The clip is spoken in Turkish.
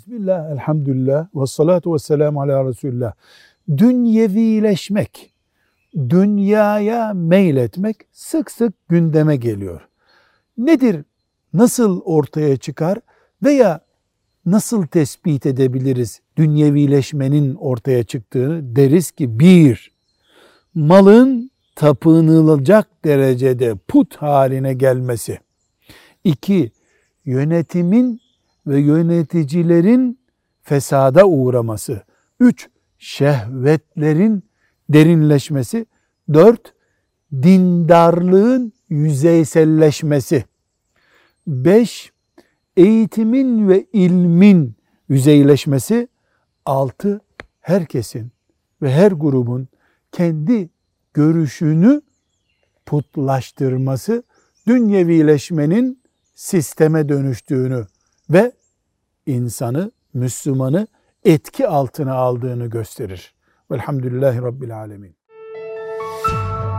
Bismillah, elhamdülillah, ve salatu ve selamu ala Resulullah. Dünyevileşmek, dünyaya meyletmek sık sık gündeme geliyor. Nedir, nasıl ortaya çıkar veya nasıl tespit edebiliriz dünyevileşmenin ortaya çıktığını? Deriz ki bir, malın tapınılacak derecede put haline gelmesi. İki, yönetimin ve yöneticilerin fesada uğraması. 3. Şehvetlerin derinleşmesi. 4. Dindarlığın yüzeyselleşmesi. 5. Eğitimin ve ilmin yüzeyleşmesi. 6. Herkesin ve her grubun kendi görüşünü putlaştırması, dünyevileşmenin sisteme dönüştüğünü ve insanı, Müslümanı etki altına aldığını gösterir. Velhamdülillahi Rabbil Alemin.